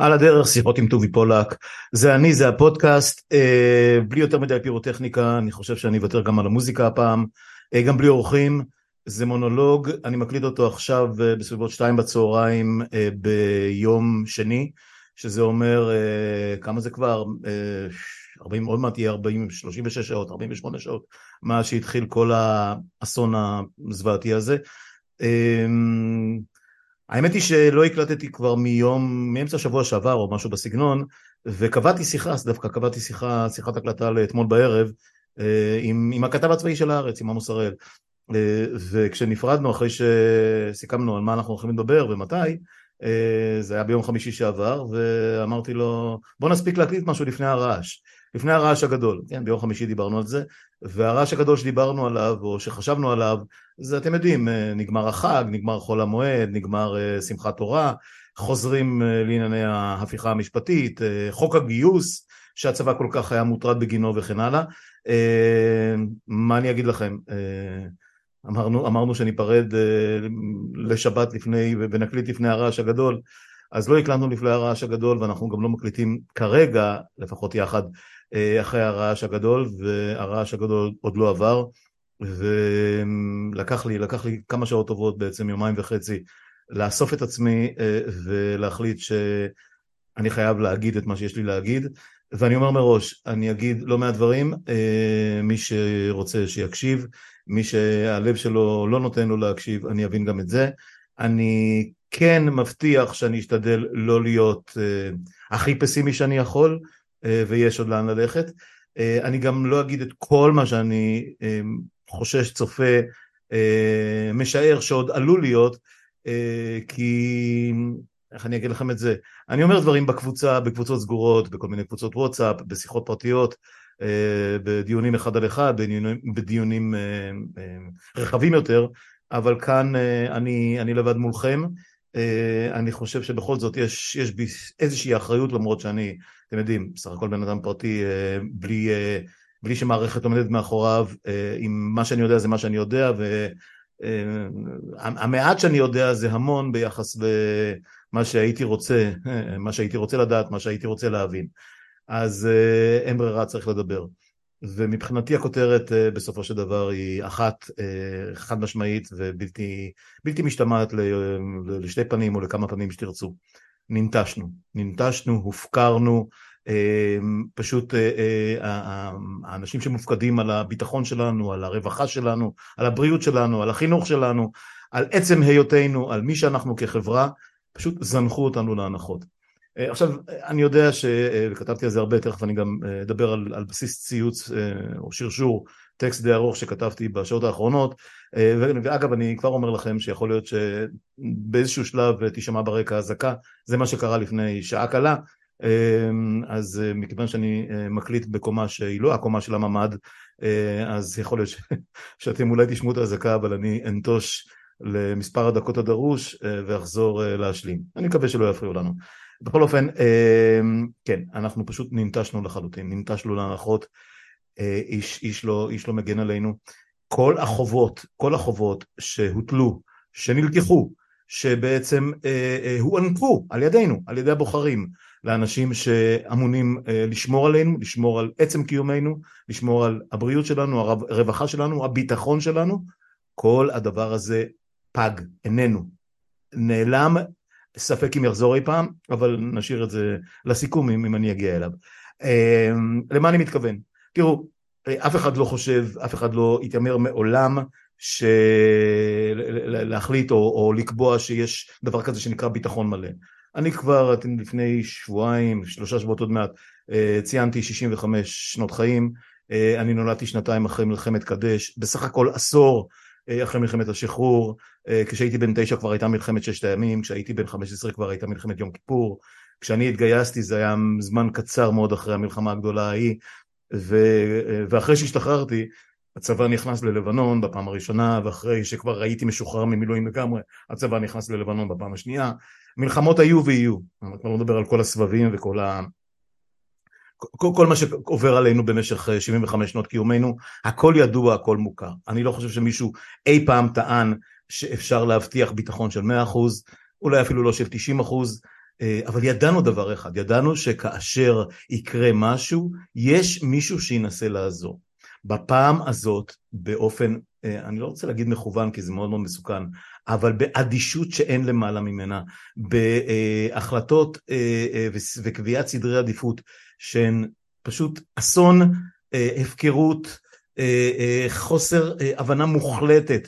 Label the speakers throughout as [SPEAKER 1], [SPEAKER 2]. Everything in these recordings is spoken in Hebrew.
[SPEAKER 1] על הדרך, שיחות עם טובי פולק, זה אני, זה הפודקאסט, בלי יותר מדי פירוטכניקה, אני חושב שאני אוותר גם על המוזיקה הפעם, גם בלי אורחים, זה מונולוג, אני מקליט אותו עכשיו בסביבות 2 בצהריים ביום שני, שזה אומר, כמה זה כבר, 40, עוד מעט יהיה 40, 36 שעות, 48 שעות, מה שהתחיל כל האסון הזוועתי הזה. האמת היא שלא הקלטתי כבר מאמצע שבוע שעבר או משהו בסגנון, וקבעתי שיחה, דווקא קבעתי שיחת הקלטה לאתמול בערב, עם הכתב הצבאי של הארץ, עם עמוס הראל, וכשנפרדנו אחרי שסיכמנו על מה אנחנו הולכים לדבר ומתי, זה היה ביום חמישי שעבר, ואמרתי לו, בוא נספיק להקליט משהו לפני הרעש הגדול, כן, ביום חמישי דיברנו על זה, והרעש הגדול שדיברנו עליו, או שחשבנו עליו, זה אתם יודעים, נגמר החג, נגמר חול המועד, נגמר שמחת תורה, חוזרים לענייני ההפיכה המשפטית, חוק הגיוס, שהצבא כל כך היה מוטרד בגינו וכן הלאה. מה אני אגיד לכם? אמרנו שניפרד לשבת לפני, ונקליט לפני הרעש הגדול, אז לא הקלטנו לפני הרעש הגדול, ואנחנו גם לא מקליטים כרגע, לפחות יחד, אחרי הרעש הגדול, והרעש הגדול עוד לא עבר, ולקח לי כמה שעות טובות, בעצם יומיים וחצי, לאסוף את עצמי ולהחליט שאני חייב להגיד את מה שיש לי להגיד, ואני אומר מראש, אני אגיד לא מעט דברים, מי שרוצה שיקשיב, מי שהלב שלו לא נותן לו להקשיב, אני אבין גם את זה. אני כן מבטיח שאני אשתדל לא להיות הכי פסימי שאני יכול, ויש עוד לאן ללכת. אני גם לא אגיד את כל מה שאני חושש, צופה, משער שעוד עלול להיות, כי איך אני אגיד לכם את זה? אני אומר דברים בקבוצות סגורות, בכל מיני קבוצות וואטסאפ, בשיחות פרטיות, בדיונים אחד על אחד, בדיונים רחבים יותר, אבל כאן אני לבד מולכם. אני חושב שבכל זאת יש בי איזושהי אחריות, למרות שאני, אתם יודעים, בסך הכל בן אדם פרטי, בלי שמערכת עומדת מאחוריו, עם מה שאני יודע זה מה שאני יודע, והמעט שאני יודע זה המון ביחס מה שהייתי רוצה לדעת, מה שהייתי רוצה להבין. אז אין ברירה, צריך לדבר. ומבחינתי הכותרת בסופו של דבר היא אחת, חד משמעית ובלתי משתמעת לשתי פנים או לכמה פנים שתרצו. ננטשנו, הופקרנו, פשוט האנשים שמופקדים על הביטחון שלנו, על הרווחה שלנו, על הבריאות שלנו, על החינוך שלנו, על עצם היותנו, על מי שאנחנו כחברה, פשוט זנחו אותנו להנחות. עכשיו, אני יודע וכתבתי על זה הרבה, תכף אני גם אדבר על בסיס ציוץ או שרשור, טקסט די ארוך שכתבתי בשעות האחרונות, ואגב, אני כבר אומר לכם שיכול להיות שבאיזשהו שלב תשמע ברקע הזקה, זה מה שקרה לפני שעה קלה, אז מכיוון שאני מקליט בקומה שהיא לא הקומה של הממד, אז יכול להיות שאתם אולי תשמעו את הזקה, אבל אני אנטוש למספר הדקות הדרוש ואחזור להשלים. אני מקווה שלא יפריעו לנו. בכל אופן, כן, אנחנו פשוט ננטשנו לחלוטין, ננטשנו להנחות, איש לא מגן עלינו. כל החובות שהוטלו, שנלקחו, שבעצם הוענקו על ידינו, על ידי הבוחרים, לאנשים שאמונים לשמור עלינו, לשמור על עצם קיומנו, לשמור על הבריאות שלנו, הרווחה שלנו, הביטחון שלנו, כל הדבר הזה פג, איננו, נעלם, ספק אם יחזור אי פעם, אבל נשאיר את זה לסיכום אם אני אגיע אליו. למה אני מתכוון? תראו, אף אחד לא חושב, אף אחד לא יתאמר מעולם להחליט או לקבוע שיש דבר כזה שנקרא ביטחון מלא. אני כבר לפני שבועיים, 3 שבועות עוד מעט, ציינתי 65 שנות חיים, אני נולדתי 2 אחרי מלחמת קדש, בסך הכל עשור, אחרי מלחמת השחרור, כשהייתי בן 9 כבר הייתה מלחמת 6 הימים, כשהייתי בן 15 כבר הייתה מלחמת יום כיפור, כשאני התגייסתי זה היה זמן קצר מאוד אחרי המלחמה הגדולה ההיא, ואחרי שהשתחררתי, הצבא נכנס ללבנון בפעם הראשונה, ואחרי שכבר הייתי משוחרר ממילואים לגמרי, הצבא נכנס ללבנון בפעם השנייה, מלחמות היו ויהיו, אני כבר לא מדבר על כל הסבבים וכל כל מה שעובר עלינו במשך 75 שנות קיומנו, הכל ידוע, הכל מוכר. אני לא חושב שמישהו אי פעם טען שאפשר להבטיח ביטחון של 100%, אולי אפילו לא של 90%, אבל ידענו דבר אחד, ידענו שכאשר יקרה משהו, יש מישהו שינסה לעזור. בפעם הזאת, באופן, אני לא רוצה להגיד מכוון כי זה מאוד מאוד מסוכן, אבל באדישות שאין למעלה ממנה, בהחלטות וקביעת סדרי עדיפות, שהן פשוט אסון, הפקרות, חוסר הבנה מוחלטת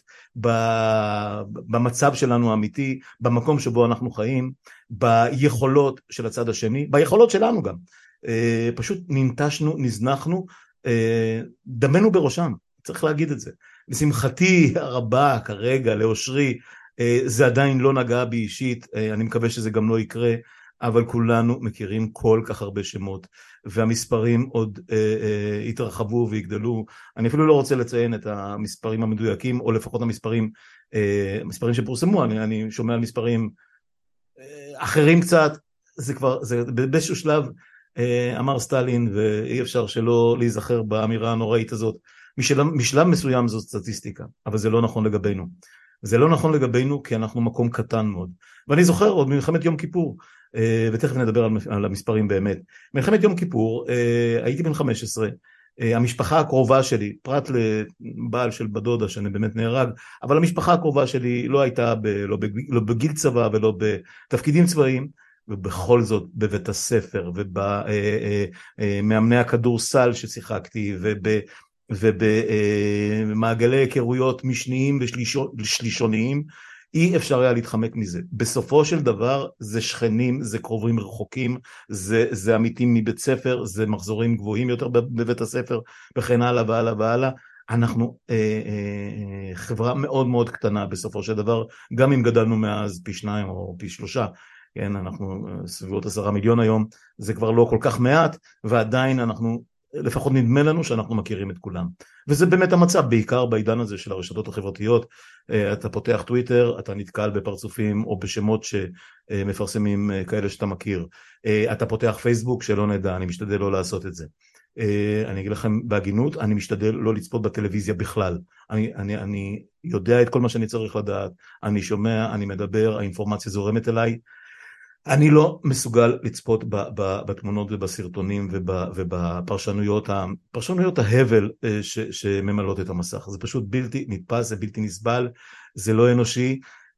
[SPEAKER 1] במצב שלנו האמיתי, במקום שבו אנחנו חיים, ביכולות של הצד השני, ביכולות שלנו גם. פשוט ננטשנו, נזנחנו, דמנו בראשם, צריך להגיד את זה. לשמחתי הרבה כרגע, לאושרי, זה עדיין לא נגע בי אישית, אני מקווה שזה גם לא יקרה, אבל כולנו מכירים כל כך הרבה שמות, והמספרים עוד התרחבו ויגדלו. אני אפילו לא רוצה לציין את המספרים המדויקים, או לפחות המספרים שפורסמו, אני שומע על מספרים אחרים קצת, זה כבר, באיזשהו שלב אמר סטלין, ואי אפשר שלא להיזכר באמירה הנוראית הזאת, משלב מסוים זו סטטיסטיקה, אבל זה לא נכון לגבינו. זה לא נכון לגבינו כי אנחנו מקום קטן מאוד. ואני זוכר עוד מלחמת יום כיפור, ותכף נדבר על המספרים באמת. מלחמת יום כיפור, הייתי בן 15, המשפחה הקרובה שלי, פרט לבעל של בדודה שאני באמת נהרג, אבל המשפחה הקרובה שלי לא הייתה לא בגיל צבא ולא בתפקידים צבאיים, ובכל זאת בבית הספר ובמאמני הכדורסל ששיחקתי ובמעגלי היכרויות משניים ושלישוניים, אי אפשר היה להתחמק מזה. בסופו של דבר זה שכנים, זה קרובים רחוקים, זה עמיתים מבית ספר, זה מחזורים גבוהים יותר בבית הספר וכן הלאה והלאה והלאה. אנחנו חברה מאוד מאוד קטנה בסופו של דבר, גם אם גדלנו מאז פי 2 או פי 3, כן, אנחנו סביבות 10 מיליון היום, זה כבר לא כל כך מעט, ועדיין אנחנו, לפחות נדמה לנו שאנחנו מכירים את כולם. וזה באמת המצב, בעיקר בעידן הזה של הרשתות החברתיות, אתה פותח טוויטר, אתה נתקל בפרצופים או בשמות שמפרסמים כאלה שאתה מכיר, אתה פותח פייסבוק שלא נדע, אני משתדל לא לעשות את זה. אני אגיד לכם בהגינות, אני משתדל לא לצפות בטלוויזיה בכלל, אני יודע את כל מה שאני צריך לדעת, אני שומע, אני מדבר, האינפורמציה זורמת אליי, אני לא מסוגל לצפות בתמונות ובסרטונים ובפרשנויות ההבל שממלאות את המסך. זה פשוט בלתי נתפס, זה בלתי נסבל, זה לא אנושי,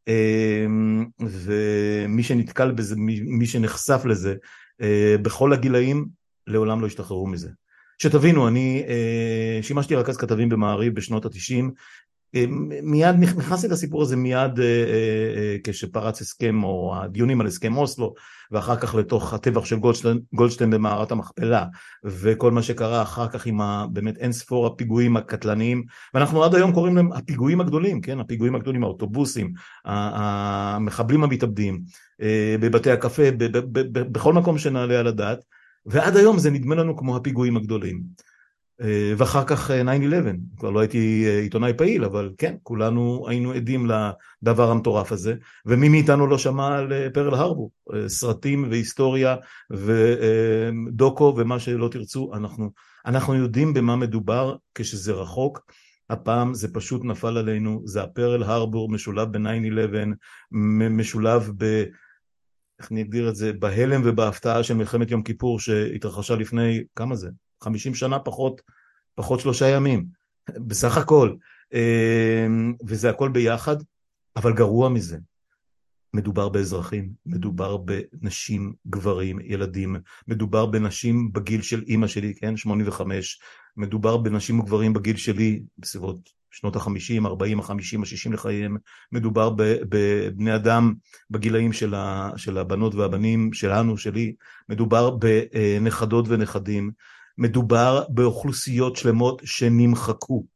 [SPEAKER 1] ומי שנתקל בזה, מי שנחשף לזה, בכל הגילאים, לעולם לא השתחררו מזה. שתבינו, אני שימשתי רכז כתבים במעריב בשנות ה-90, מיד נכנסתי לסיפור הזה מיד כשפרץ הסכם או הדיונים על הסכם אוסלו, ואחר כך לתוך הטבח של גולדשטיין במערת המכפלה, וכל מה שקרה אחר כך עם באמת אין ספור הפיגועים הקטלניים, ואנחנו עד היום קוראים להם הפיגועים הגדולים, כן, הפיגועים הגדולים, האוטובוסים, המחבלים המתאבדים, בבתי הקפה, בכל מקום שנעלה על הדעת, ועד היום זה נדמה לנו כמו הפיגועים הגדולים. ואחר כך 9/11, כבר לא הייתי עיתונאי פעיל, אבל כן, כולנו היינו עדים לדבר המטורף הזה, ומי מאיתנו לא שמע על פרל הרבור, סרטים והיסטוריה ודוקו ומה שלא תרצו, אנחנו יודעים במה מדובר כשזה רחוק, הפעם זה פשוט נפל עלינו, זה הפרל הרבור משולב ב-9/11, משולב איך נגדיר את זה, בהלם ובהפתעה של מלחמת יום כיפור שהתרחשה לפני, כמה זה? 50 שנה פחות 3 ימים, בסך הכל, וזה הכל ביחד, אבל גרוע מזה, מדובר באזרחים, מדובר בנשים, גברים, ילדים, מדובר בנשים בגיל של אמא שלי, כן, 85, מדובר בנשים וגברים בגיל שלי, בסביבות שנות ה-50, 40, ה-50, ה-60 לחייהם, מדובר בבני אדם בגילאים של הבנות והבנים שלנו, שלי, מדובר בנכדות ונכדים, מדובר באוכלוסיות שלמות שנמחקו,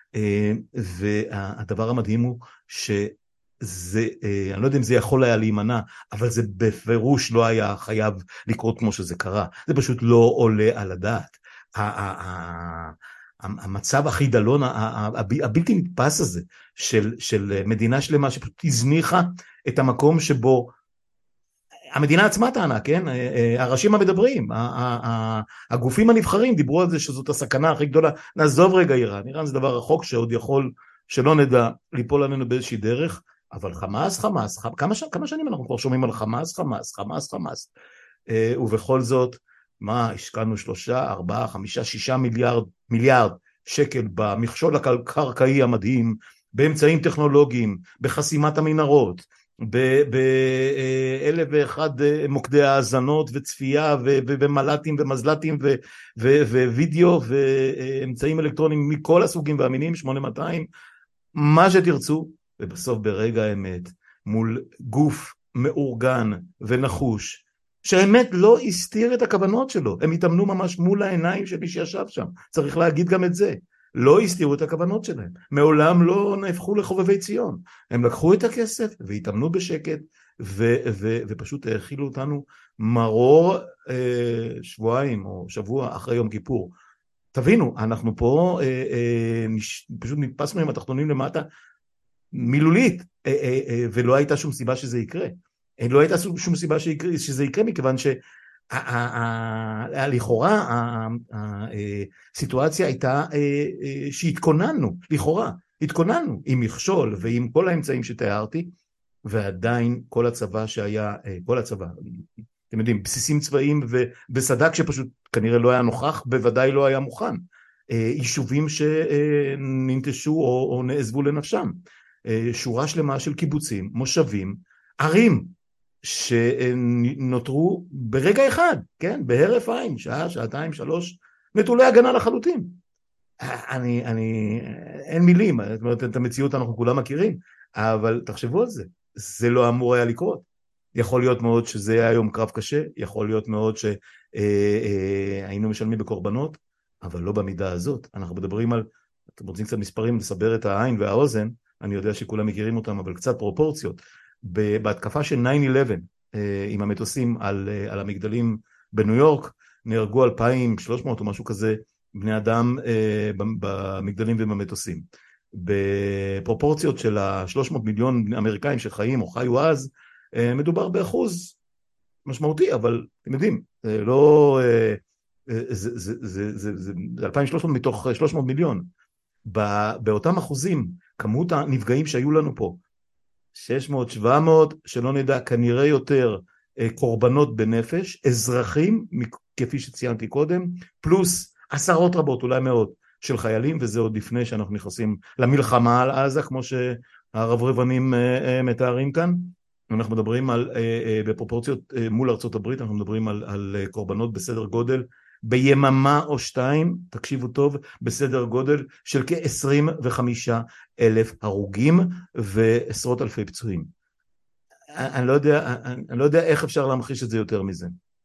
[SPEAKER 1] והדבר המדהים הוא שזה, אני לא יודע אם זה יכול היה להימנע, אבל זה בפירוש לא היה חייב לקרות כמו שזה קרה, זה פשוט לא עולה על הדעת. המצב הכי דלון, הבלתי נתפס הזה, של מדינה שלמה שפשוט הזניחה את המקום שבו, המדינה עצמה טענה, כן? הראשים המדברים, הגופים הנבחרים דיברו על זה שזאת הסכנה הכי גדולה, נעזוב רגע איראן, איראן זה דבר רחוק שעוד יכול, שלא נדע, ליפול עלינו באיזושהי דרך, אבל חמאס, כמה שנים אנחנו כבר שומעים על חמאס, ובכל זאת, מה, השקענו 3, 4, 5, 6 מיליארד שקל במכשול הקרקעי המדהים, באמצעים טכנולוגיים, בחסימת המנהרות, באלף ואחד מוקדי האזנות וצפייה ובמל"טים ומזל"טים ווידאו ואמצעים אלקטרוניים מכל הסוגים והמינים, 8200, מה שתרצו, ובסוף ברגע האמת, מול גוף מאורגן ונחוש, שהאמת לא הסתיר את הכוונות שלו, הם התאמנו ממש מול העיניים של מי שישב שם, צריך להגיד גם את זה, לא הסתירו את הכוונות שלהם, מעולם לא נהפכו לחובבי ציון, הם לקחו את הכסף והתאמנו בשקט, ופשוט האכילו אותנו מרור שבועיים או שבוע אחרי יום כיפור. תבינו, אנחנו פה פשוט נתפסנו עם התחתונים למטה מילולית, ולא הייתה שום סיבה שזה יקרה. לא הייתה שום סיבה שזה יקרה, מכיוון שלכאורה הסיטואציה הייתה שהתכוננו, לכאורה, התכוננו עם מכשול ועם כל האמצעים שתיארתי, ועדיין כל הצבא שהיה, כל הצבא, אתם יודעים, בסיסים צבאיים ובסדק שפשוט כנראה לא היה נוכח, בוודאי לא היה מוכן. יישובים שננטשו או נעזבו לנפשם. שורה שלמה של קיבוצים, מושבים, ערים, שנותרו ברגע אחד, כן, בהרף עין, שעה, שעתיים, 3, נטולי הגנה לחלוטין. אין מילים, זאת אומרת, את המציאות אנחנו כולם מכירים, אבל תחשבו על זה, זה לא אמור היה לקרות. יכול להיות מאוד שזה היה היום קרב קשה, יכול להיות מאוד שהיינו משלמים בקורבנות, אבל לא במידה הזאת. אנחנו מדברים על, אתם רוצים קצת מספרים, לסבר את העין והאוזן, אני יודע שכולם מכירים אותם, אבל קצת פרופורציות. בהתקפה של 9/11, עם המטוסים על המגדלים בניו יורק, נהרגו 2,300 או משהו כזה, בני אדם במגדלים ובמטוסים. בפרופורציות של 300 מיליון אמריקאים שחיים או חיו אז, מדובר באחוז משמעותי, אבל אתם יודעים, זה לא, זה 2,300 מתוך 300 מיליון. באותם אחוזים, כמות הנפגעים שהיו לנו פה, 600, 700, שלא נדע, כנראה יותר קורבנות בנפש, אזרחים, כפי שציינתי קודם, פלוס עשרות רבות, אולי מאות, של חיילים, וזה עוד לפני שאנחנו נכנסים למלחמה על עזה, כמו שהרברבנים מתארים כאן. אנחנו מדברים על, בפרופורציות מול ארצות הברית, אנחנו מדברים על קורבנות בסדר גודל, ביממה או 2, תקשיבו טוב, בסדר גודל של כ-25,000 הרוגים ועשרות אלפי פצועים. אני לא יודע איך אפשר להמחיש את זה יותר מזה.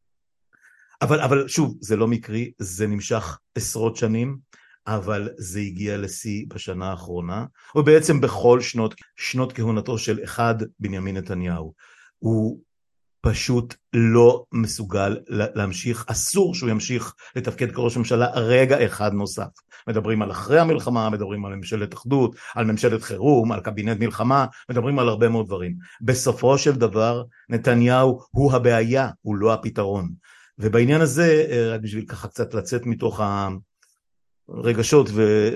[SPEAKER 1] אבל שוב, זה לא מקרי, זה נמשך עשרות שנים, אבל זה הגיע לשיא בשנה האחרונה, ובעצם בכל שנות כהונתו של בנימין נתניהו. הוא פשוט לא מסוגל להמשיך, אסור שהוא ימשיך לתפקד כראש ממשלה רגע אחד נוסף. מדברים על אחרי המלחמה, מדברים על ממשלת אחדות, על ממשלת חירום, על קבינט מלחמה, מדברים על הרבה מאוד דברים. בסופו של דבר, נתניהו הוא הבעיה, הוא לא הפתרון. ובעניין הזה, רק בשביל ככה קצת לצאת מתוך הרגשות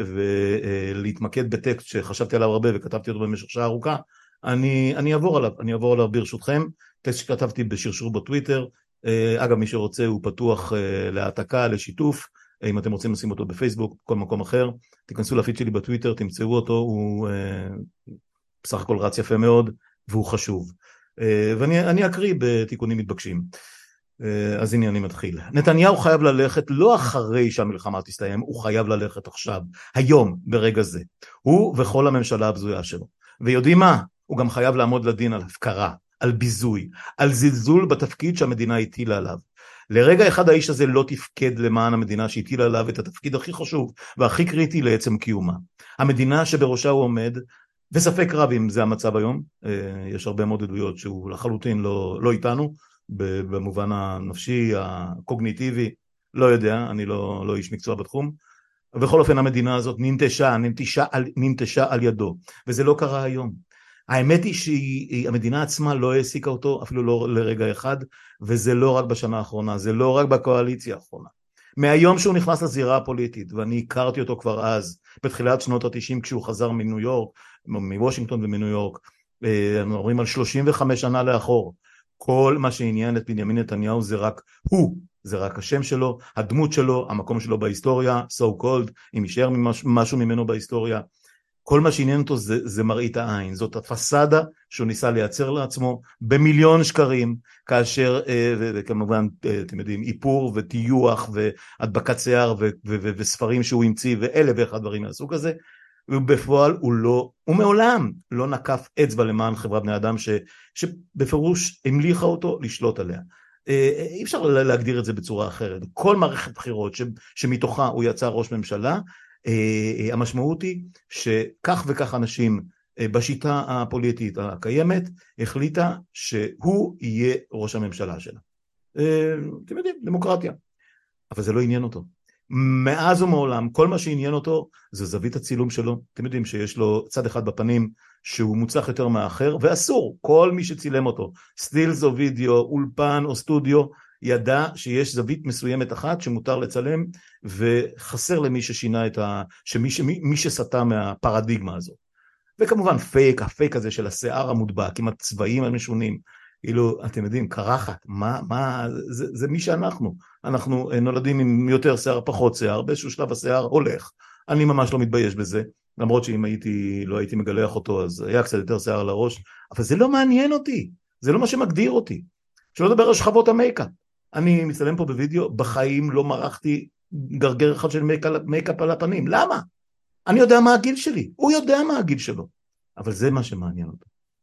[SPEAKER 1] ולהתמקד בטקסט שחשבתי עליו הרבה וכתבתי אותו במשך שעה ארוכה, אני אעבור עליו ברשותכם, טקסט שכתבתי בשרשור בטוויטר, אגב מי שרוצה הוא פתוח להעתקה, לשיתוף, אם אתם רוצים לשים אותו בפייסבוק, כל מקום אחר, תיכנסו לפיד שלי בטוויטר, תמצאו אותו, הוא בסך הכל רץ יפה מאוד, והוא חשוב. ואני אקריא בתיקונים מתבקשים. אז הנה אני מתחיל. נתניהו חייב ללכת לא אחרי שהמלחמה תסתיים, הוא חייב ללכת עכשיו, היום, ברגע זה. הוא וכל הממשלה הבזויה שלו. ויודעים מה? הוא גם חייב לעמוד לדין על הפקרה, על ביזוי, על זלזול בתפקיד שהמדינה הטילה עליו. לרגע אחד האיש הזה לא תפקד למען המדינה שהטילה עליו את התפקיד הכי חשוב והכי קריטי לעצם קיומה. המדינה שבראשה הוא עומד, וספק רב אם זה המצב היום, יש הרבה מאוד עדויות שהוא לחלוטין לא איתנו, במובן הנפשי, הקוגניטיבי, לא יודע, אני לא איש מקצוע בתחום, ובכל אופן המדינה הזאת ננטשה על ידו, וזה לא קרה היום. האמת היא שהמדינה עצמה לא העסיקה אותו, אפילו לא לרגע אחד, וזה לא רק בשנה האחרונה, זה לא רק בקואליציה האחרונה. מהיום שהוא נכנס לזירה הפוליטית, ואני הכרתי אותו כבר אז, בתחילת שנות ה-90 כשהוא חזר מניו יורק, מוושינגטון ומניו יורק, אנחנו מדברים על 35 שנה לאחור. כל מה שעניין את בנימין נתניהו זה רק הוא, זה רק השם שלו, הדמות שלו, המקום שלו בהיסטוריה, so called, אם יישאר משהו ממנו בהיסטוריה. כל מה שעניין אותו זה מראית העין, זאת הפסדה שהוא ניסה לייצר לעצמו במיליון שקרים, כאשר, וכמובן, אתם יודעים, איפור וטיוח והדבקת שיער וספרים שהוא המציא ואלף ואחד דברים מהסוג הזה, ובפועל הוא מעולם לא נקף אצבע למען חברת בני אדם שבפירוש המליכה אותו לשלוט עליה. אי אפשר להגדיר את זה בצורה אחרת. כל מערכת בחירות שמתוכה הוא יצא ראש ממשלה, המשמעות היא שכך וכך אנשים בשיטה הפוליטית הקיימת החליטה שהוא יהיה ראש הממשלה שלה. אתם יודעים, דמוקרטיה. אבל זה לא עניין אותו. מאז ומעולם, כל מה שעניין אותו זה זווית הצילום שלו. אתם יודעים שיש לו צד אחד בפנים שהוא מוצלח יותר מהאחר, ואסור, כל מי שצילם אותו, סטילס או וידאו, אולפן או סטודיו, ידע שיש זווית מסוימת אחת שמותר לצלם, וחסר למי ששינה מי שסטה מהפרדיגמה הזאת. וכמובן הפייק הזה של השיער המודבק, עם הצבעים המשונים, כאילו, אתם יודעים, קרחת, זה מי שאנחנו. אנחנו נולדים עם יותר שיער, פחות שיער, באיזשהו שלב השיער הולך. אני ממש לא מתבייש בזה, למרות שאם לא הייתי מגלח אותו, אז היה קצת יותר שיער על הראש, אבל זה לא מעניין אותי, זה לא מה שמגדיר אותי. שלא לדבר על שכבות המייקאפ. אני מצלם פה בווידאו, בחיים לא מרחתי גרגר אחד של מייקאפ על הפנים. למה? אני יודע מה הגיל שלי, הוא יודע מה הגיל שלו, אבל זה מה שמעניין אותו.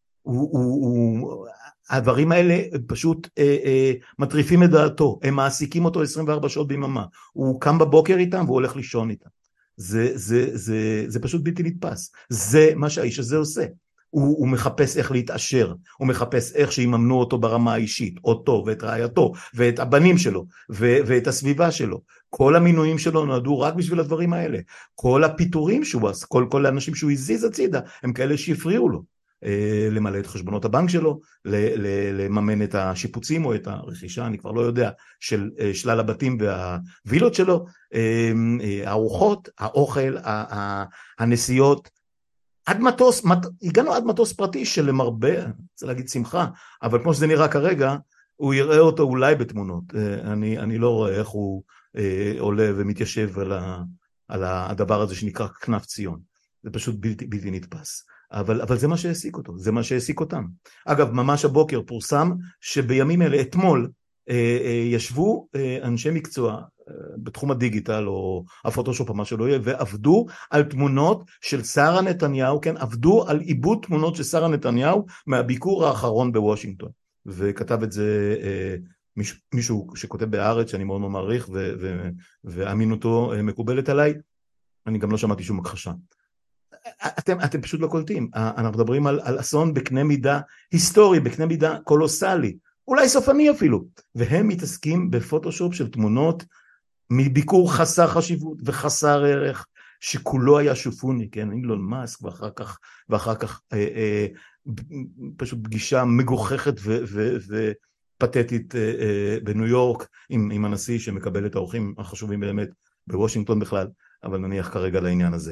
[SPEAKER 1] הדברים האלה פשוט מטריפים את דעתו, הם מעסיקים אותו 24 שעות ביממה, הוא קם בבוקר איתם והוא הולך לישון איתם. זה פשוט בלתי נתפס, זה מה שהאיש הזה עושה. הוא מחפש איך להתעשר, הוא מחפש איך שיממנו אותו ברמה האישית, אותו ואת רעייתו ואת הבנים שלו ואת הסביבה שלו. כל המינויים שלו נועדו רק בשביל הדברים האלה. כל הפיטורים שהוא עשה, כל האנשים שהוא הזיז הצידה, הם כאלה שהפריעו לו. למלא את חשבונות הבנק שלו, לממן את השיפוצים או את הרכישה, אני כבר לא יודע, של שלל הבתים והווילות שלו, הארוחות, האוכל, הנסיעות, עד מטוס, הגענו עד מטוס פרטי שלמרבה, צריך להגיד שמחה, אבל כמו שזה נראה כרגע, הוא יראה אותו אולי בתמונות. אני לא רואה איך הוא עולה ומתיישב על הדבר הזה שנקרא כנף ציון. זה פשוט בלתי נתפס. אבל זה מה שהעסיק אותו, זה מה שהעסיק אותם. אגב, ממש הבוקר פורסם שבימים אלה, אתמול, ישבו אנשי מקצוע בתחום הדיגיטל או הפוטושופ או מה שלא יהיה, ועבדו על תמונות של שרה נתניהו, כן, עבדו על עיבוד תמונות של שרה נתניהו מהביקור האחרון בוושינגטון, וכתב את זה מישהו שכותב בהארץ שאני מאוד מעריך, ואמינותו מקובלת עליי. אני גם לא שמעתי שום הכחשה. אתם פשוט לא קולטים, אנחנו מדברים על אסון בקנה מידה היסטורי, בקנה מידה קולוסלי, אולי סופני אפילו, והם מתעסקים בפוטושופ של תמונות מביקור חסר חשיבות וחסר ערך, שכולו היה שופוני, כן, אילון מאסק, ואחר כך פשוט פגישה מגוחכת ופתטית בניו יורק, עם הנשיא שמקבל את האורחים החשובים באמת, בוושינגטון בכלל, אבל נניח כרגע לעניין הזה.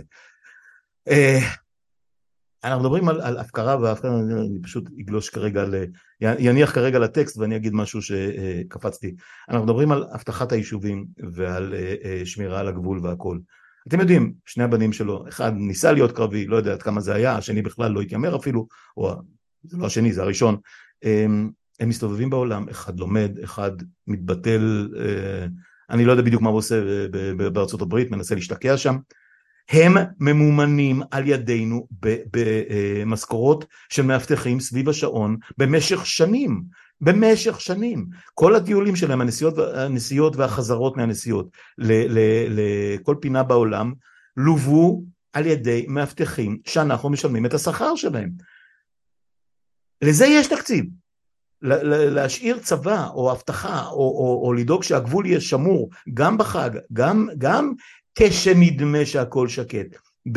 [SPEAKER 1] אנחנו מדברים על הפקרה, והפקרה, אני פשוט אגלוש כרגע, יניח כרגע לטקסט ואני אגיד משהו שקפצתי. אנחנו מדברים על הבטחת היישובים ועל שמירה על הגבול והכל. אתם יודעים, שני הבנים שלו, אחד ניסה להיות קרבי, לא יודע עד כמה זה היה, השני בכלל לא התיימר אפילו, או זה לא השני, זה הראשון. הם מסתובבים בעולם, אחד לומד, אחד מתבטל, אני לא יודע בדיוק מה הוא עושה בארצות הברית, מנסה להשתקע שם. הם ממומנים על ידינו במשכורות של מאבטחים סביב השעון במשך שנים. כל הטיולים שלהם, הנסיעות והחזרות מהנסיעות לכל פינה בעולם, לוו על ידי מאבטחים שאנחנו משלמים את השכר שלהם. לזה יש תקציב. להשאיר צבא או הבטחה או לדאוג שהגבול יהיה שמור גם בחג, גם כשנדמה שהכל שקט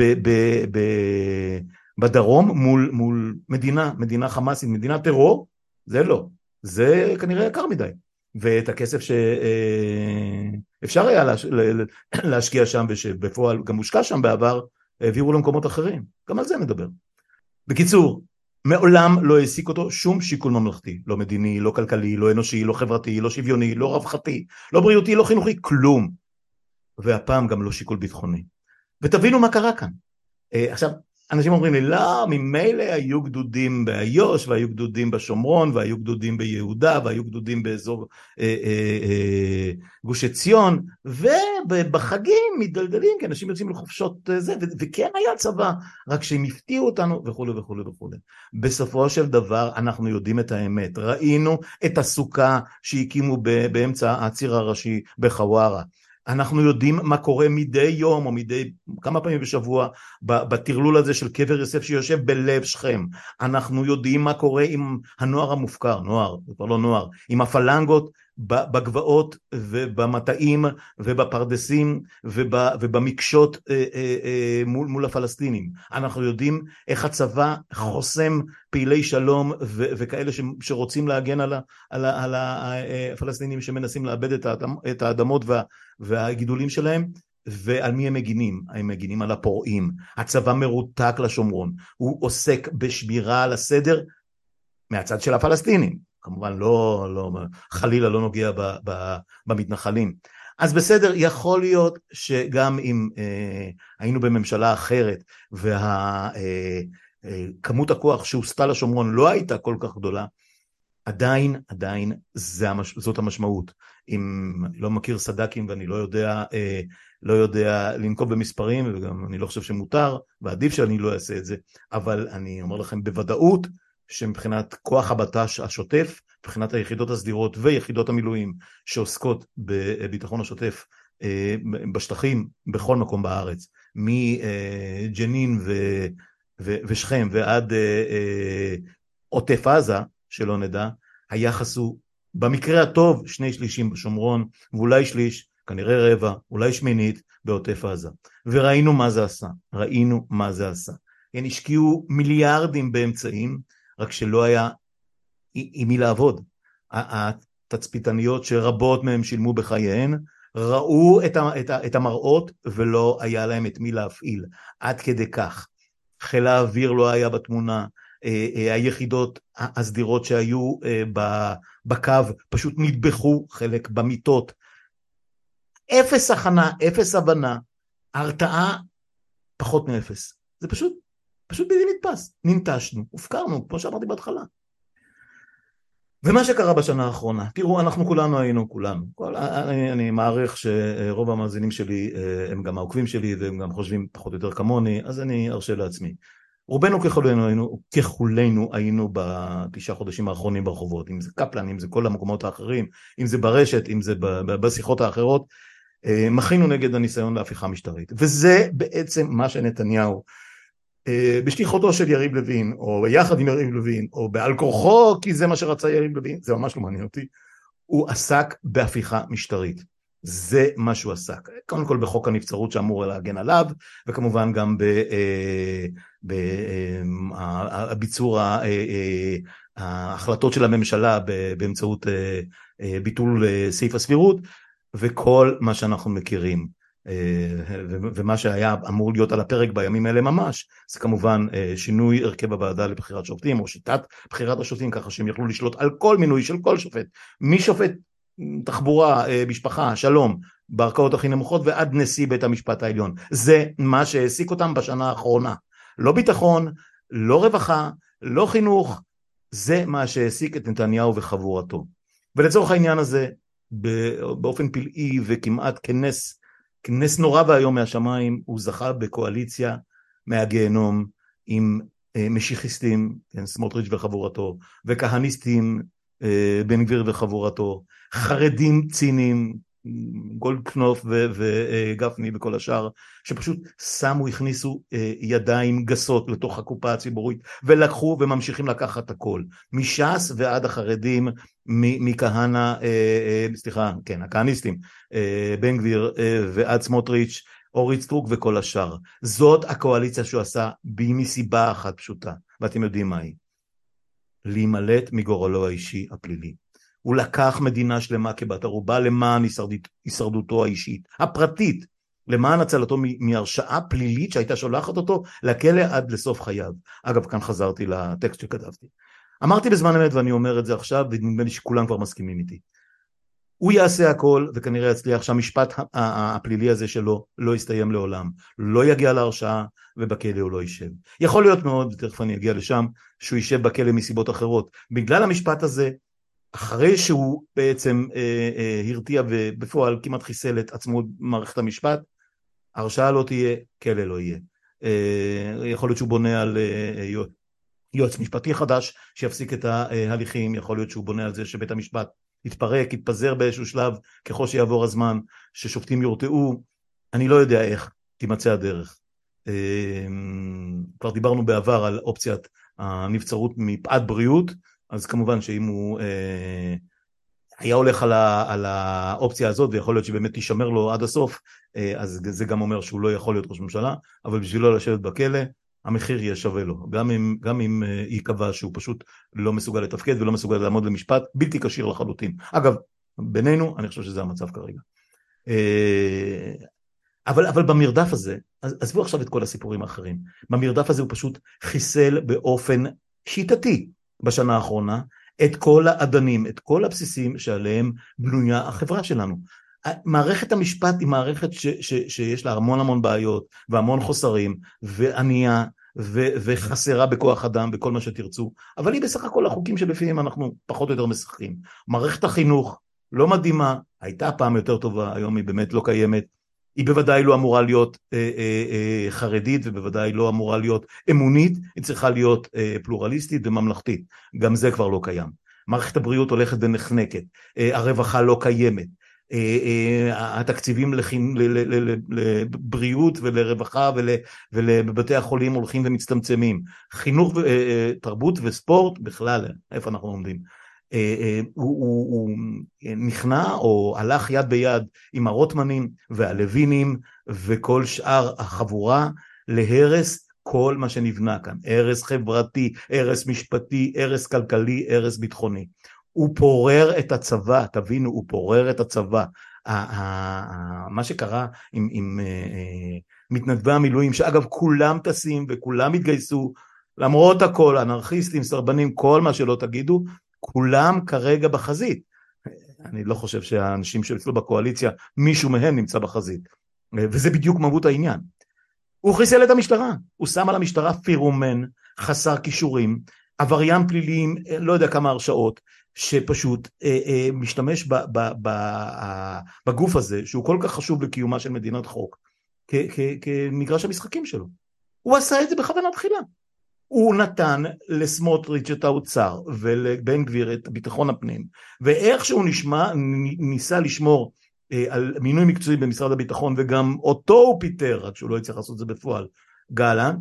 [SPEAKER 1] בדרום מול מדינה חמאסית, מדינה טרור, זה לא, זה כנראה יקר מדי, ואת הכסף שאפשר היה להשקיע שם ושבפועל גם מושקע שם בעבר, העבירו למקומות אחרים, גם על זה נדבר. בקיצור, מעולם לא העסיק אותו שום שיקול ממלכתי, לא מדיני, לא כלכלי, לא אנושי, לא חברתי, לא שוויוני, לא רווחתי, לא בריאותי, לא חינוכי, כלום. והפעם גם לא שיקול ביטחוני. ותבינו מה קרה כאן. עכשיו, אנשים אומרים לי, לא, ממילא היו גדודים באיו"ש, והיו גדודים בשומרון, והיו גדודים ביהודה, והיו גדודים באזור גוש עציון, ובחגים מתדלדלים, כי אנשים יוצאים לחופשות זה, וכן היה צבא, רק שהם הפתיעו אותנו, וכו' וכו' וכו'. בסופו של דבר, אנחנו יודעים את האמת. ראינו את הסוכה שהקימו באמצע הציר הראשי בחווארה. אנחנו יודעים מה קורה מדי יום או מדי כמה פעמים בשבוע בתרלול הזה של קבר יוסף שיושב בלב שכם. אנחנו יודעים מה קורה עם הנוער המופקר, נוער, זה כבר לא נוער, עם הפלנגות בגבעות ובמטעים ובפרדסים ובמקשות מול הפלסטינים. אנחנו יודעים איך הצבא חוסם פעילי שלום וכאלה שרוצים להגן על הפלסטינים שמנסים לאבד את האדמות והגידולים שלהם. ועל מי הם מגינים? הם מגינים על הפורעים. הצבא מרותק לשומרון, הוא עוסק בשמירה על הסדר מהצד של הפלסטינים, כמובן חלילה לא נוגע במתנחלים. אז בסדר, יכול להיות שגם אם היינו בממשלה אחרת וכמות הכוח שהוסתה לשומרון לא הייתה כל כך גדולה, עדיין זאת המשמעות. אם אני לא מכיר סדקים ואני לא יודע לנקוב במספרים, וגם אני לא חושב שמותר, ועדיף שאני לא אעשה את זה, אבל אני אומר לכם בוודאות, שמבחינת כוח הבט"ש השוטף, מבחינת היחידות הסדירות ויחידות המילואים, שעוסקות בביטחון השוטף בשטחים, בכל מקום בארץ, מג'נין ושכם ועד עוטף עזה, שלא נדע, היחס הוא במקרה הטוב 2/3 בשומרון, ואולי שליש, כנראה רבע, אולי שמינית בעוטף עזה. וראינו מה זה עשה. הם השקיעו מיליארדים באמצעים, רק שלא היה עם מי לעבוד. התצפיתניות שרבות מהם שילמו בחייהן, ראו את המראות ולא היה להם את מי להפעיל. עד כדי כך. חיל האוויר לא היה בתמונה, היחידות הסדירות שהיו בקו פשוט נטבחו, חלק במיטות. אפס הכנה, אפס הבנה, הרתעה פחות מאפס. זה פשוט בלתי נתפס. ננטשנו, הופקרנו, כמו שאמרתי בהתחלה. ומה שקרה בשנה האחרונה, תראו, אנחנו כולנו היינו, אני מעריך שרוב המאזינים שלי הם גם העוקבים שלי, והם גם חושבים פחות או יותר כמוני, אז אני ארשה לעצמי. רובנו ככולנו היינו ב9 חודשים האחרונים ברחובות, אם זה קפלן, אם זה כל המקומות האחרים, אם זה ברשת, אם זה בשיחות האחרות, מחינו נגד הניסיון להפיכה משטרית. וזה בעצם מה שנתניהו, בשליחותו של יריב לוין, או יחד עם יריב לוין, או בעל כורחו, כי זה מה שרצה יריב לוין, זה ממש לא מעניין אותי, הוא עסק בהפיכה משטרית. זה מה שהוא עסק. קודם כל בחוק הנבצרות שאמור להגן עליו, וכמובן גם בביצור ההחלטות של הממשלה באמצעות ביטול סעיף הסבירות, וכל מה שאנחנו מכירים. ומה שהיה אמור להיות על הפרק בימים האלה ממש, זה כמובן שינוי הרכב הוועדה לבחירת שופטים, או שיטת בחירת השופטים, ככה שהם יכלו לשלוט על כל מינוי של כל שופט, משופט תחבורה, משפחה, שלום, בערכאות הכי נמוכות, ועד נשיא בית המשפט העליון. זה מה שהעסיק אותם בשנה האחרונה. לא ביטחון, לא רווחה, לא חינוך, זה מה שהעסיק את נתניהו וחבורתו. ולצורך העניין הזה, באופן פלאי וכמעט כנס נורא והיום מהשמיים, הוא זכה בקואליציה מהגיהנום עם משיחיסטים, סמוטריץ' וחבורתו, וכהניסטים, בן גביר וחבורתו, חרדים ציניים, גולדקנופ וגפני וכל השאר, שפשוט הכניסו ידיים גסות לתוך הקופה הציבורית, ולקחו וממשיכים לקחת הכל, מש"ס ועד החרדים, מכהנא, הכהניסטים, בן גביר ועד סמוטריץ', אורית סטרוק וכל השאר. זאת הקואליציה שהוא עשה מסיבה אחת פשוטה, ואתם יודעים מהי. להימלט מגורלו האישי הפלילי. הוא לקח מדינה שלמה כבת ערובה למען הישרדותו האישית, הפרטית, למען הצלתו מהרשעה פלילית שהייתה שולחת אותו לכלא עד לסוף חייו. אגב, כאן חזרתי לטקסט שכתבתי. אמרתי בזמן אמת ואני אומר את זה עכשיו, ונדמה לי שכולם כבר מסכימים איתי. הוא יעשה הכל וכנראה יצליח שהמשפט הפלילי הזה שלו לא יסתיים לעולם, לא יגיע להרשעה ובכלא הוא לא יישב. יכול להיות מאוד, תכף אני אגיע לשם, שהוא יישב בכלא מסיבות אחרות. בגלל המשפט הזה, אחרי שהוא בעצם הרתיע ובפועל כמעט חיסל את עצמו מערכת המשפט, הרשעה לא תהיה, כלא לא יהיה. יכול להיות שהוא בונה על יועץ משפטי חדש שיפסיק את ההליכים, יכול להיות שהוא בונה על זה שבית המשפט יתפרק, יתפזר באיזשהו שלב ככל שיעבור הזמן, ששופטים יורתעו, אני לא יודע איך תימצא הדרך. כבר דיברנו בעבר על אופציית הנבצרות מפאת בריאות, אז כמובן שאם הוא היה הולך על האופציה הזאת, ויכול להיות שבאמת תישמר לו עד הסוף, אז זה גם אומר שהוא לא יכול להיות ראש ממשלה, אבל בשבילו לשבת בכלא, המחיר יהיה שווה לו, גם אם יקבע שהוא פשוט לא מסוגל לתפקד ולא מסוגל לעמוד למשפט, בלתי קשיר לחלוטין. אגב, בינינו, אני חושב שזה המצב כרגע. אבל במרדף הזה, עזבו עכשיו את כל הסיפורים האחרים, במרדף הזה הוא פשוט חיסל באופן שיטתי בשנה האחרונה, את כל האדנים, את כל הבסיסים שעליהם בנויה החברה שלנו. מערכת המשפט היא מערכת שיש לה המון בעיות והמון חוסרים וענייה וחסרה בכוח אדם וכל מה שתרצו, אבל היא בסך הכל החוקים שבפיהם אנחנו פחות או יותר משחקים. מערכת החינוך לא מדהימה, הייתה פעם יותר טובה, היום היא באמת לא קיימת, היא בוודאי לא אמורה להיות חרדית ובוודאי לא אמורה להיות אמונית, היא צריכה להיות פלורליסטית וממלכתית, גם זה כבר לא קיים. מערכת הבריאות הולכת ונחנקת, הרווחה לא קיימת, התקציבים לבריאות ולרווחה ולבתי החולים הולכים ומצטמצמים, חינוך, תרבות וספורט בכלל, איפה אנחנו עומדים? הוא נכנע או הלך יד ביד עם הרוטמנים והלווינים וכל שאר החבורה להרס כל מה שנבנה כאן, הרס חברתי, הרס משפטי, הרס כלכלי, הרס ביטחוני. הוא פורר את הצבא, תבינו, הוא פורר את הצבא. מה שקרה עם מתנדבי המילואים, שאגב כולם טסים וכולם התגייסו, למרות הכל, אנרכיסטים, סרבנים, כל מה שלא תגידו, כולם כרגע בחזית. אני לא חושב שהאנשים שאצלו בקואליציה, מישהו מהם נמצא בחזית. וזה בדיוק מהות העניין. הוא חיסל את המשטרה, הוא שם על המשטרה פירומן, חסר כישורים, עבריין פליליים, לא יודע כמה הרשאות, שפשוט משתמש בגוף הזה, שהוא כל כך חשוב לקיומה של מדינת חוק, כמגרש המשחקים שלו. הוא עשה את זה בכוונה תחילה. הוא נתן לסמוטריץ' את האוצר ולבן גביר את ביטחון הפנים, ואיך שהוא ניסה לשמור על מינוי מקצועי במשרד הביטחון, וגם אותו הוא פיטר, רק שהוא לא יצטרך לעשות את זה בפועל, גלנט,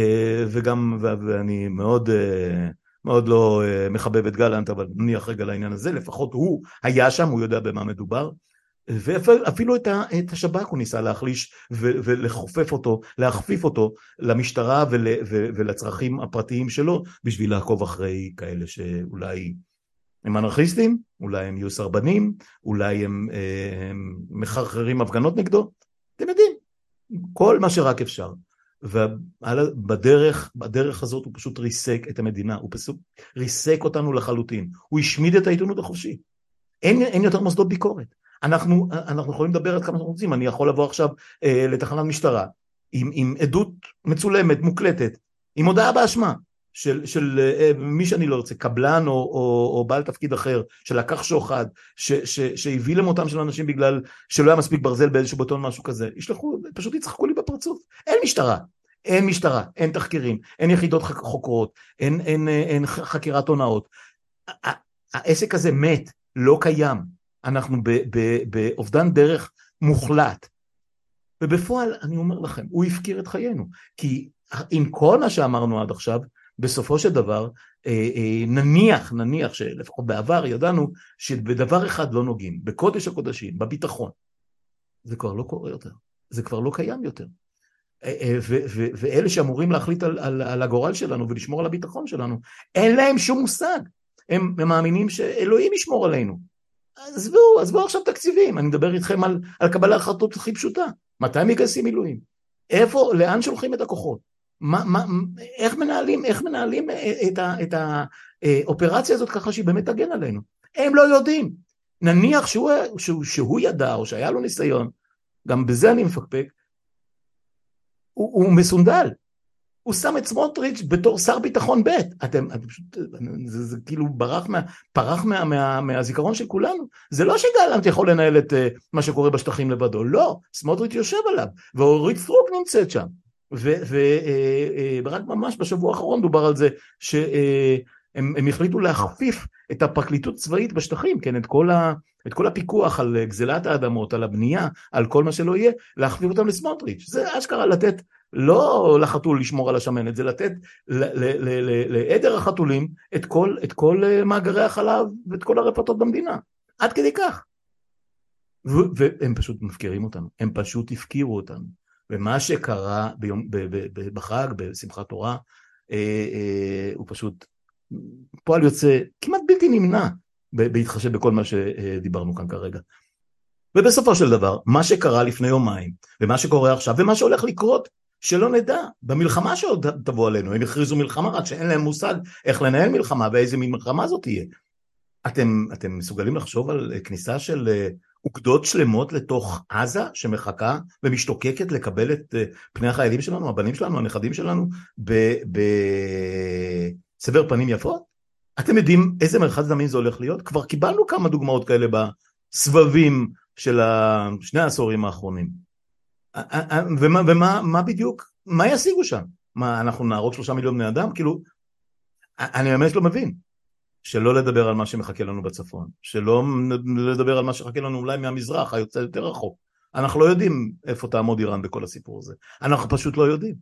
[SPEAKER 1] ואני מאוד לא מחבב את גלנט, אבל נניח רגע לעניין הזה, לפחות הוא היה שם, הוא יודע במה מדובר, ואפילו את השב"כ הוא ניסה להחליש ולחופף אותו, להכפיף אותו למשטרה ולצרכים הפרטיים שלו, בשביל לעקוב אחרי כאלה שאולי הם אנרכיסטים, אולי הם יהיו סרבנים, אולי הם מחרחרים הפגנות נגדו, אתם יודעים, כל מה שרק אפשר. ובדרך הזאת הוא פשוט ריסק את המדינה, הוא פשוט ריסק אותנו לחלוטין, הוא השמיד את העיתונות החופשית. אין יותר מוסדות ביקורת. אנחנו יכולים לדבר עד כמה שאנחנו רוצים, אני יכול לבוא עכשיו לתחנת משטרה, עם עדות מצולמת, מוקלטת, עם הודעה באשמה, של מי שאני לא רוצה, קבלן או בעל תפקיד אחר, שלקח שוחד, שהביא למותם של אנשים בגלל שלא היה מספיק ברזל באיזשהו בטון, משהו כזה, פשוט יצחקו לי בפרצוף. אין משטרה, אין תחקירים, אין יחידות חוקרות, אין חקירת הונאות. העסק הזה מת, לא קיים. אנחנו באובדן דרך מוחלט. ובפועל, אני אומר לכם, הוא הפקיר את חיינו. כי עם כל מה שאמרנו עד עכשיו, בסופו של דבר, נניח שלפחות בעבר ידענו שבדבר אחד לא נוגעים, בקודש הקודשים, בביטחון. זה כבר לא קורה יותר. זה כבר לא קיים יותר. ואלה שאמורים להחליט על הגורל שלנו ולשמור על הביטחון שלנו, אין להם שום מושג. הם מאמינים שאלוהים ישמור עלינו. עזבו עכשיו תקציבים, אני מדבר איתכם על קבלת החלטות הכי פשוטה. מתי מגייסים מילואים? איפה, לאן שולחים את הכוחות? איך מנהלים את האופרציה הזאת ככה שהיא באמת תגן עלינו? הם לא יודעים. נניח שהוא ידע, או שהיה לו ניסיון, גם בזה אני מפקפק, הוא מסונדל. הוא שם את סמוטריץ' בתור שר ביטחון ב'. זה כאילו פרח מהזיכרון של כולנו. זה לא שגלנט יכול לנהל את מה שקורה בשטחים לבדו, לא. סמוטריץ' יושב עליו, ואורית סטרוק נמצאת שם. ורק ממש בשבוע האחרון דובר על זה, שהם החליטו להכפיף את הפרקליטות צבאית בשטחים, כן, את כל הפיקוח על גזלת האדמות, על הבנייה, על כל מה שלא יהיה, להכפיף אותם לסמוטריץ'. זה אשכרה לתת, לא לחתול לשמור על השמנת, זה לתת לעדר החתולים את כל מאגרי החלב ואת כל הרפתות במדינה. עד כדי כך. והם פשוט מפקירים אותנו, הם פשוט הפקירו אותנו. ומה שקרה בחג, בשמחת תורה, הוא פשוט פועל יוצא כמעט בלתי נמנע, בהתחשב בכל מה שדיברנו כאן כרגע. ובסופו של דבר, מה שקרה לפני יומיים, ומה שקורה עכשיו, ומה שהולך לקרות, שלא נדע, במלחמה שעוד תבוא עלינו, הם הכריזו מלחמה, רק שאין להם מושג איך לנהל מלחמה, ואיזה מלחמה זאת תהיה. אתם מסוגלים לחשוב על כניסה של אוגדות שלמות לתוך עזה, שמחכה ומשתוקקת לקבל את פני החיילים שלנו, הבנים שלנו, הנכדים שלנו, בסבר פנים יפות? אתם יודעים איזה מרחץ דמים זה הולך להיות? כבר קיבלנו כמה דוגמאות כאלה בסבבים של שני העשורים האחרונים. ומה בדיוק, מה ישיגו שם? מה, אנחנו נהרוג 3 מיליון בני אדם? כאילו, אני באמת לא מבין. שלא לדבר על מה שמחכה לנו בצפון, שלא לדבר על מה שמחכה לנו אולי מהמזרח, היוצא יותר רחוק. אנחנו לא יודעים איפה תעמוד איראן בכל הסיפור הזה. אנחנו פשוט לא יודעים.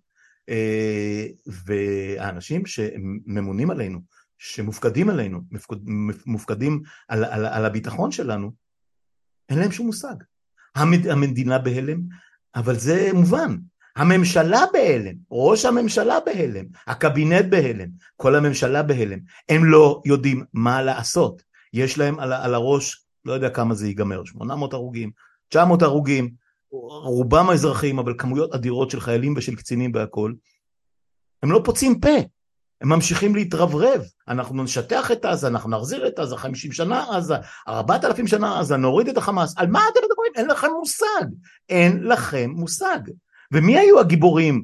[SPEAKER 1] והאנשים שממונים עלינו, שמופקדים עלינו, מופקדים על הביטחון שלנו, אין להם שום מושג. המדינה בהלם, אבל זה מובן. הממשלה בהלם, ראש הממשלה בהלם, הקבינט בהלם, כל הממשלה בהלם. הם לא יודעים מה לעשות. יש להם על הראש, לא יודע כמה זה ייגמר, 800 הרוגים, 900 הרוגים, רובם האזרחים, אבל כמויות אדירות של חיילים ושל קצינים והכל. הם לא פוצעים פה. הם ממשיכים להתרברב, אנחנו נשטח את עזה, אנחנו נחזיר את עזה, 50 שנה עזה, 4,000 שנה עזה, נוריד את החמאס. על מה אתם מדברים? אין לכם מושג. אין לכם מושג. ומי היו הגיבורים,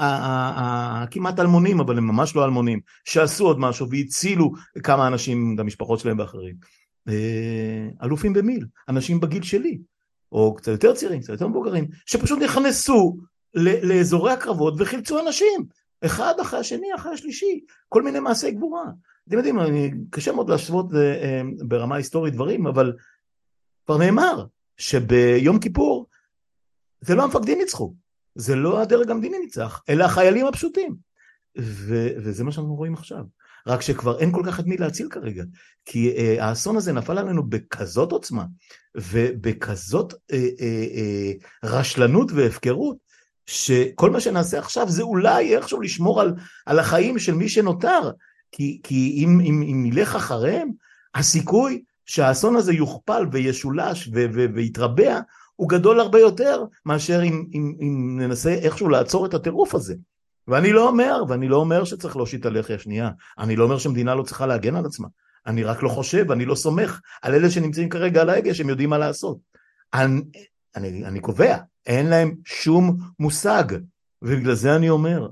[SPEAKER 1] כמעט אלמונים, אבל הם ממש לא אלמונים, שעשו עוד משהו והצילו כמה אנשים, המשפחות שלהם ואחרים? אלופים במיל, אנשים בגיל שלי, או קצת יותר צעירים, קצת יותר מבוגרים, שפשוט נכנסו לאזורי הקרבות וחילצו אנשים, אחד אחרי השני, אחרי השלישי, כל מיני מעשי גבורה. אתם יודעים, קשה מאוד להשוות ברמה היסטורית דברים, אבל כבר נאמר שביום כיפור זה לא המפקדים ניצחו, זה לא הדרג המדיני ניצח, אלא החיילים הפשוטים. וזה מה שאנחנו רואים עכשיו. רק שכבר אין כל כך את מי להציל כרגע, כי האסון הזה נפל עלינו בכזאת עוצמה, ובכזאת רשלנות והפקרות, שכל מה שנעשה עכשיו זה אולי איכשהו לשמור על החיים של מי שנותר, כי אם נלך אחריהם, הסיכוי שהאסון הזה יוכפל וישולש ויתרבע, הוא גדול הרבה יותר מאשר אם ננסה איכשהו לעצור את הטירוף הזה. ואני לא אומר שצריך להושיט הלחי השנייה, אני לא אומר שמדינה לא צריכה להגן על עצמה, אני רק לא חושב, אני לא סומך על אלה שנמצאים כרגע על ההגה, שהם יודעים מה לעשות. אני קובע, אין להם שום מושג, ובגלל זה אני אומר,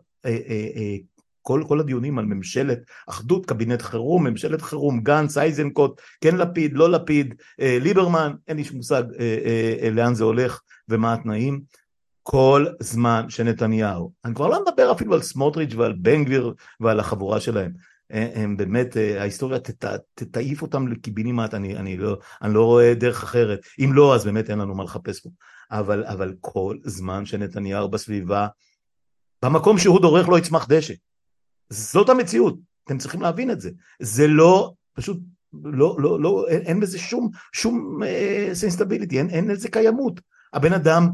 [SPEAKER 1] כל הדיונים על ממשלת אחדות, קבינט חירום, ממשלת חירום, גנץ, אייזנקוט, כן לפיד, לא לפיד, ליברמן, אין לי שום מושג לאן זה הולך ומה התנאים. כל זמן שנתניהו, אני כבר לא מדבר אפילו על סמוטריץ' ועל בן גביר ועל החבורה שלהם, הם באמת, ההיסטוריה תעיף אותם לקיבינימט, אני לא רואה דרך אחרת, אם לא אז באמת אין לנו מה לחפש פה, אבל כל זמן שנתניהו בסביבה, במקום שהוא דורך לא יצמח דשא, זאת המציאות, אתם צריכים להבין את זה, זה לא, פשוט לא, אין בזה שום סנסטביליטי, אין לזה קיימות, הבן אדם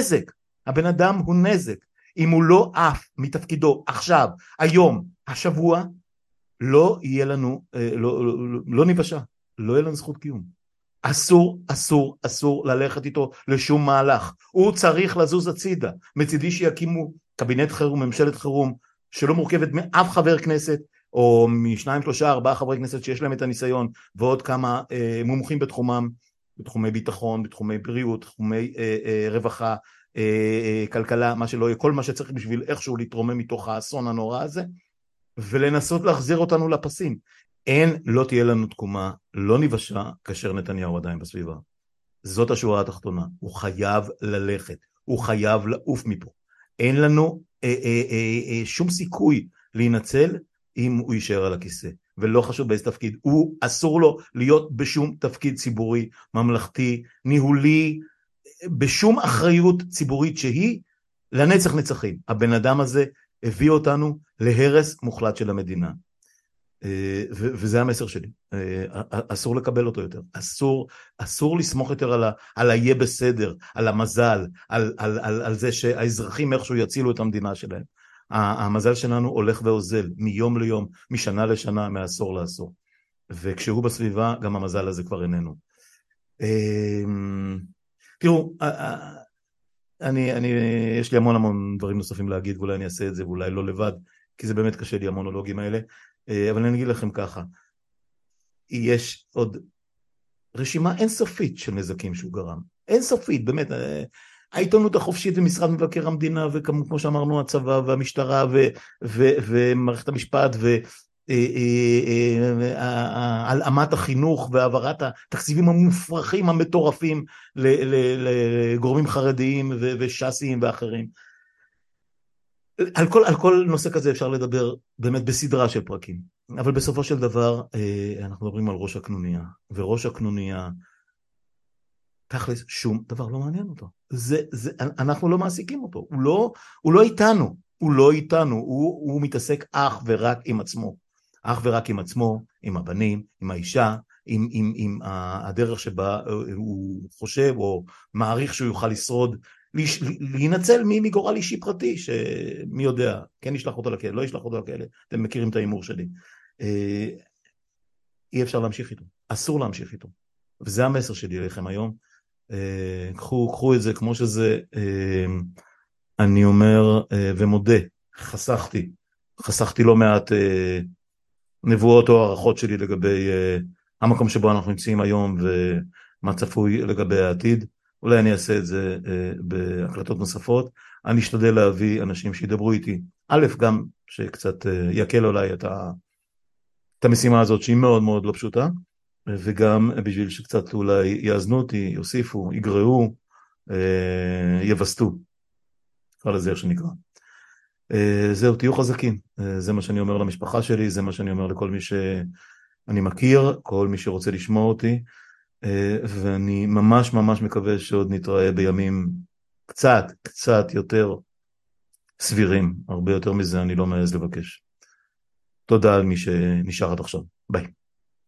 [SPEAKER 1] הוא נזק, אם הוא לא עף מתפקידו עכשיו, היום, השבוע, לא יהיה לנו, לא נבשע, לא יהיה לנו זכות קיום. אסור, אסור, אסור ללכת איתו לשום מהלך. הוא צריך לזוז הצידה. מצידי שיקימו קבינט חירום, ממשלת חירום, שלא מורכבת מאף חבר כנסת, או משניים, שלושה, ארבעה חברי כנסת שיש להם את הניסיון, ועוד כמה מומחים בתחומם, בתחומי ביטחון, בתחומי בריאות, בתחומי רווחה, כלכלה, מה שלא יהיה, כל מה שצריך בשביל איכשהו להתרומם מתוך האסון הנורא הזה, ולנסות להחזיר אותנו לפסים. לא תהיה לנו תקומה, לא ניוושע, כאשר נתניהו עדיין בסביבה. זאת השורה התחתונה. הוא חייב ללכת, הוא חייב לעוף מפה. אין לנו שום סיכוי להינצל אם הוא יישאר על הכיסא, ולא חשוב באיזה תפקיד. הוא אסור לו להיות בשום תפקיד ציבורי, ממלכתי, ניהולי, בשום אחריות ציבורית שהיא, לנצח נצחים. הבן אדם הזה הביא אותנו להרס מוחלט של המדינה. וזה המסר שלי. אסור לקבל אותו יותר. אסור לסמוך יותר על היהיה בסדר, על המזל, על זה שהאזרחים איכשהו יצילו את המדינה שלהם. המזל שלנו הולך ואוזל מיום ליום, משנה לשנה, מעשור לעשור. וכשהוא בסביבה, גם המזל הזה כבר איננו. תראו, יש לי המון דברים נוספים להגיד, ואולי אני אעשה את זה, ואולי לא לבד, כי זה באמת קשה לי המונולוגים האלה, אבל אני אגיד לכם ככה, יש עוד רשימה אינסופית של נזקים שהוא גרם, אינסופית, באמת, העיתונות החופשית ומשרד מבקר המדינה, וכמו שאמרנו, הצבא והמשטרה ומערכת המשפט הלאמת החינוך והעברת התקציבים המופרכים המטורפים לגורמים חרדיים ושסיים ואחרים. על כל נושא כזה אפשר לדבר באמת בסדרה של פרקים, אבל בסופו של דבר אנחנו מדברים על ראש הקנוניה, וראש הקנוניה תכלס שום דבר לא מעניין אותו. אנחנו לא מעסיקים אותו, הוא לא איתנו, הוא מתעסק אך ורק עם עצמו. אך ורק עם עצמו, עם הבנים, עם האישה, עם הדרך שבה הוא חושב או מעריך שהוא יוכל לשרוד, להינצל מגורל אישי פרטי, שמי יודע, כן ישלח אותו לכלא, לא ישלח אותו לכלא, אתם מכירים את האימור שלי. אי אפשר להמשיך איתו, אסור להמשיך איתו, וזה המסר שלי אליכם היום. קחו את זה כמו שזה. אני אומר ומודה, חסכתי לא מעט נבואות או הערכות שלי לגבי המקום שבו אנחנו נמצאים היום ומה צפוי לגבי העתיד. אולי אני אעשה את זה בהקלטות נוספות. אני אשתדל להביא אנשים שידברו איתי, א', גם שקצת יקל אולי את המשימה הזאת שהיא מאוד מאוד לא פשוטה, וגם בשביל שקצת אולי יאזנו אותי, יוסיפו, יגרעו, יבסטו, כל הזה איך שנקרא. זהו, תהיו חזקים, זה מה שאני אומר למשפחה שלי, זה מה שאני אומר לכל מי שאני מכיר, כל מי שרוצה לשמוע אותי, ואני ממש ממש מקווה שעוד נתראה בימים קצת יותר סבירים, הרבה יותר מזה אני לא מעז לבקש. תודה על מי שנשאר עד עכשיו, ביי.